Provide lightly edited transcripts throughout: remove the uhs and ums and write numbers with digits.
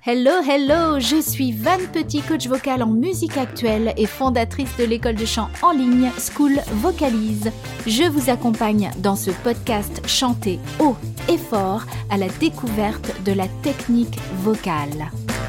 Hello, hello, je suis Van Petit, coach vocal en musique actuelle et fondatrice de l'école de chant en ligne School Vocalise. Je vous accompagne dans ce podcast chanter haut et fort à la découverte de la technique vocale.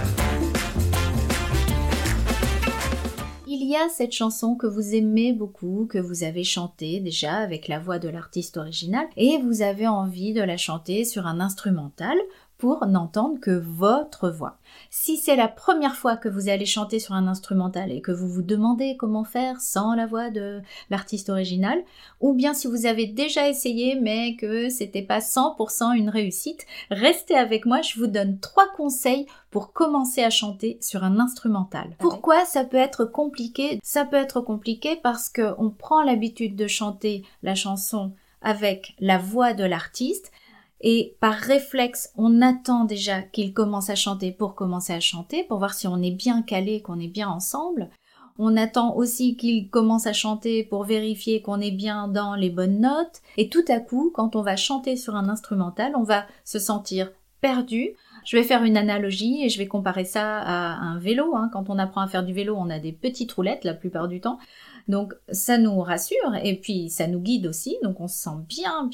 Il y a cette chanson que vous aimez beaucoup, que vous avez chantée déjà avec la voix de l'artiste original et vous avez envie de la chanter sur un instrumental pour n'entendre que votre voix. Si c'est la première fois que vous allez chanter sur un instrumental et que vous vous demandez comment faire sans la voix de l'artiste original, ou bien si vous avez déjà essayé mais que c'était pas 100% une réussite, restez avec moi, je vous donne 3 conseils pour commencer à chanter sur un instrumental. Pourquoi ça peut être compliqué ? Ça peut être compliqué parce qu'on prend l'habitude de chanter la chanson avec la voix de l'artiste, et par réflexe, on attend déjà qu'il commence à chanter pour commencer à chanter, pour voir si on est bien calé, qu'on est bien ensemble. On attend aussi qu'il commence à chanter pour vérifier qu'on est bien dans les bonnes notes. Et tout à coup, quand on va chanter sur un instrumental, on va se sentir perdu. Je vais faire une analogie et je vais comparer ça à un vélo. Quand on apprend à faire du vélo, on a des petites roulettes la plupart du temps. Donc ça nous rassure et puis ça nous guide aussi. Donc on se sent bien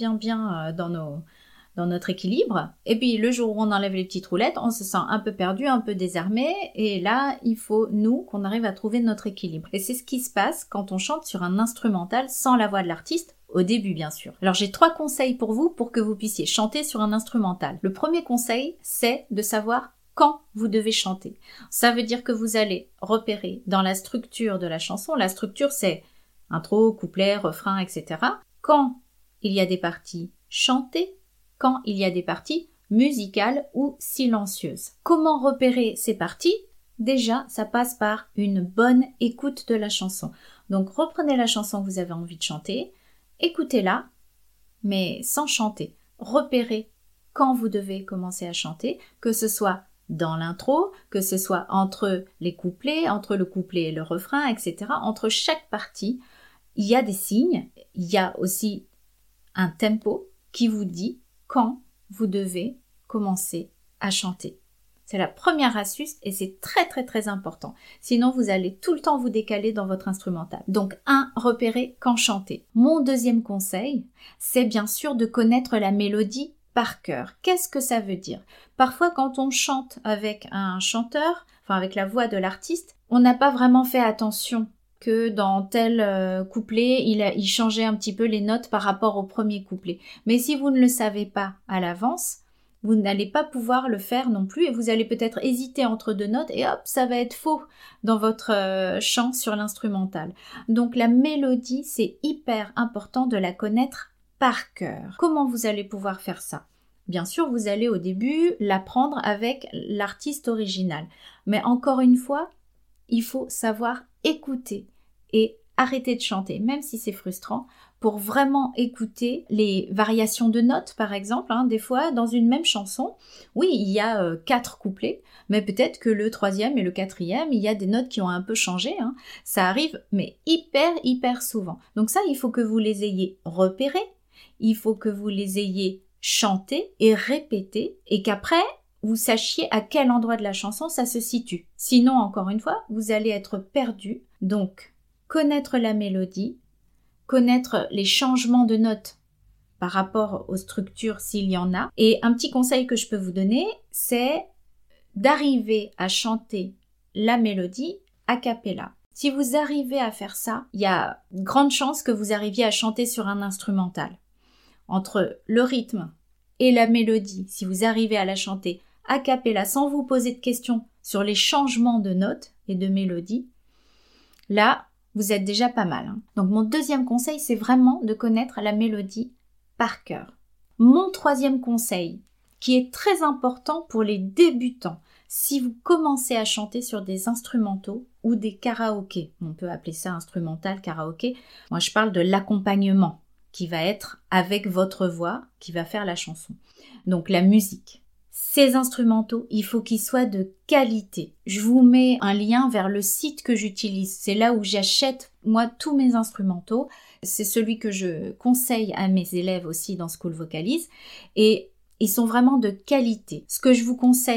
dans notre équilibre. Et puis le jour où on enlève les petites roulettes, on se sent un peu perdu, un peu désarmé. Et là, il faut, qu'on arrive à trouver notre équilibre. Et c'est ce qui se passe quand on chante sur un instrumental sans la voix de l'artiste, au début bien sûr. Alors j'ai 3 conseils pour vous pour que vous puissiez chanter sur un instrumental. Le premier conseil, c'est de savoir quand vous devez chanter. Ça veut dire que vous allez repérer dans la structure de la chanson. La structure, c'est intro, couplet, refrain, etc. Quand il y a des parties chantées, quand il y a des parties musicales ou silencieuses. Comment repérer ces parties ? Déjà, ça passe par une bonne écoute de la chanson. Donc, reprenez la chanson que vous avez envie de chanter, écoutez-la, mais sans chanter. Repérez quand vous devez commencer à chanter, que ce soit dans l'intro, que ce soit entre les couplets, entre le couplet et le refrain, etc. Entre chaque partie, il y a des signes, il y a aussi un tempo qui vous dit quand vous devez commencer à chanter. C'est la première astuce et c'est très très très important. Sinon, vous allez tout le temps vous décaler dans votre instrumental. Donc, repérer quand chanter. Mon deuxième conseil, c'est bien sûr de connaître la mélodie par cœur. Qu'est-ce que ça veut dire ? Parfois, quand on chante avec un chanteur, avec la voix de l'artiste, on n'a pas vraiment fait attention que dans tel couplet, il changeait un petit peu les notes par rapport au premier couplet. Mais si vous ne le savez pas à l'avance, vous n'allez pas pouvoir le faire non plus et vous allez peut-être hésiter entre 2 notes et hop, ça va être faux dans votre chant sur l'instrumental. Donc la mélodie, c'est hyper important de la connaître par cœur. Comment vous allez pouvoir faire ça ? Bien sûr, vous allez au début l'apprendre avec l'artiste original. Mais encore une fois, il faut savoir écouter et arrêter de chanter, même si c'est frustrant, pour vraiment écouter les variations de notes, par exemple. Des fois, dans une même chanson, oui, il y a 4 couplets, mais peut-être que le 3e et le 4e, il y a des notes qui ont un peu changé. Ça arrive, mais hyper souvent. Donc ça, il faut que vous les ayez repérés, il faut que vous les ayez chantés et répétés, et qu'après, vous sachiez à quel endroit de la chanson ça se situe. Sinon, encore une fois, vous allez être perdu. Donc, connaître la mélodie, connaître les changements de notes par rapport aux structures s'il y en a. Et un petit conseil que je peux vous donner, c'est d'arriver à chanter la mélodie a cappella. Si vous arrivez à faire ça, il y a de grandes chances que vous arriviez à chanter sur un instrumental. Entre le rythme et la mélodie, si vous arrivez à la chanter a cappella sans vous poser de questions sur les changements de notes et de mélodie, là, vous êtes déjà pas mal. Donc mon deuxième conseil, c'est vraiment de connaître la mélodie par cœur. Mon troisième conseil, qui est très important pour les débutants, si vous commencez à chanter sur des instrumentaux ou des karaokés, on peut appeler ça instrumental, karaoké, moi je parle de l'accompagnement qui va être avec votre voix, qui va faire la chanson. Donc la musique. Ces instrumentaux, il faut qu'ils soient de qualité. Je vous mets un lien vers le site que j'utilise. C'est là où j'achète, moi, tous mes instrumentaux. C'est celui que je conseille à mes élèves aussi dans School Vocalise. Et ils sont vraiment de qualité. Ce que je vous conseille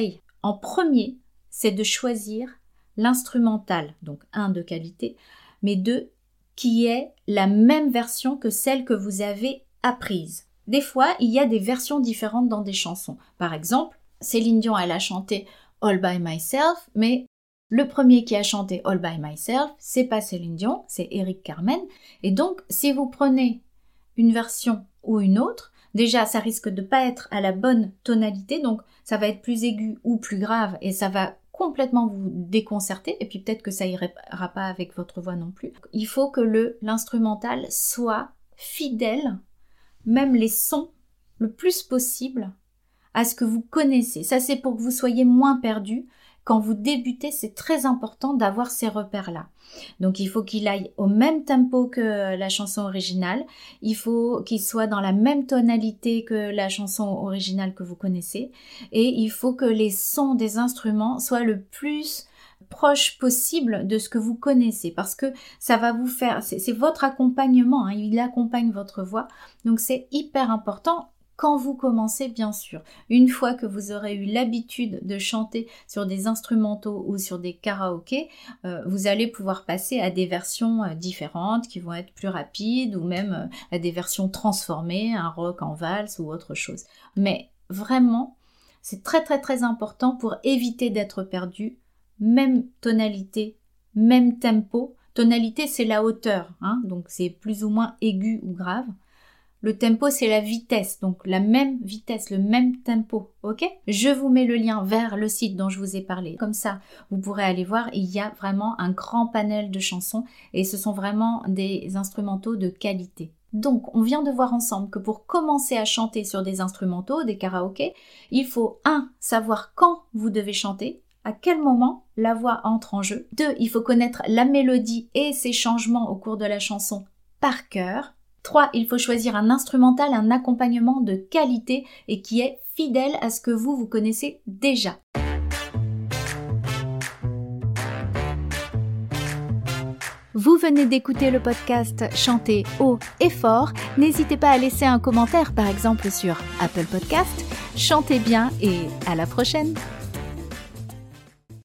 en premier, c'est de choisir l'instrumental, donc 1 de qualité, mais 2 qui est la même version que celle que vous avez apprise. Des fois, il y a des versions différentes dans des chansons. Par exemple, Céline Dion, elle a chanté All by Myself, mais le premier qui a chanté All by Myself, c'est pas Céline Dion, c'est Eric Carmen. Et donc, si vous prenez une version ou une autre, déjà, ça risque de pas être à la bonne tonalité, donc ça va être plus aigu ou plus grave et ça va complètement vous déconcerter et puis peut-être que ça ira pas avec votre voix non plus. Il faut que l'instrumental soit fidèle, même les sons, le plus possible à ce que vous connaissez. Ça, c'est pour que vous soyez moins perdu. Quand vous débutez, c'est très important d'avoir ces repères-là. Donc, il faut qu'il aille au même tempo que la chanson originale. Il faut qu'il soit dans la même tonalité que la chanson originale que vous connaissez. Et il faut que les sons des instruments soient le plus proche possible de ce que vous connaissez, parce que ça va vous faire, c'est votre accompagnement, hein, il accompagne votre voix. Donc, c'est hyper important. Quand vous commencez, bien sûr, une fois que vous aurez eu l'habitude de chanter sur des instrumentaux ou sur des karaokés, vous allez pouvoir passer à des versions différentes qui vont être plus rapides ou même à des versions transformées, un rock en valse ou autre chose. Mais vraiment, c'est très très très important pour éviter d'être perdu. Même tonalité, même tempo. Tonalité, c'est la hauteur, hein, donc c'est plus ou moins aigu ou grave. Le tempo, c'est la vitesse, donc la même vitesse, le même tempo, ok ? Je vous mets le lien vers le site dont je vous ai parlé. Comme ça, vous pourrez aller voir, il y a vraiment un grand panel de chansons et ce sont vraiment des instrumentaux de qualité. Donc, on vient de voir ensemble que pour commencer à chanter sur des instrumentaux, des karaokés, il faut 1. Savoir quand vous devez chanter, à quel moment la voix entre en jeu. 2. Il faut connaître la mélodie et ses changements au cours de la chanson par cœur. 3. Il faut choisir un instrumental, un accompagnement de qualité et qui est fidèle à ce que vous connaissez déjà. Vous venez d'écouter le podcast Chanter haut et fort. N'hésitez pas à laisser un commentaire, par exemple sur Apple Podcast. Chantez bien et à la prochaine!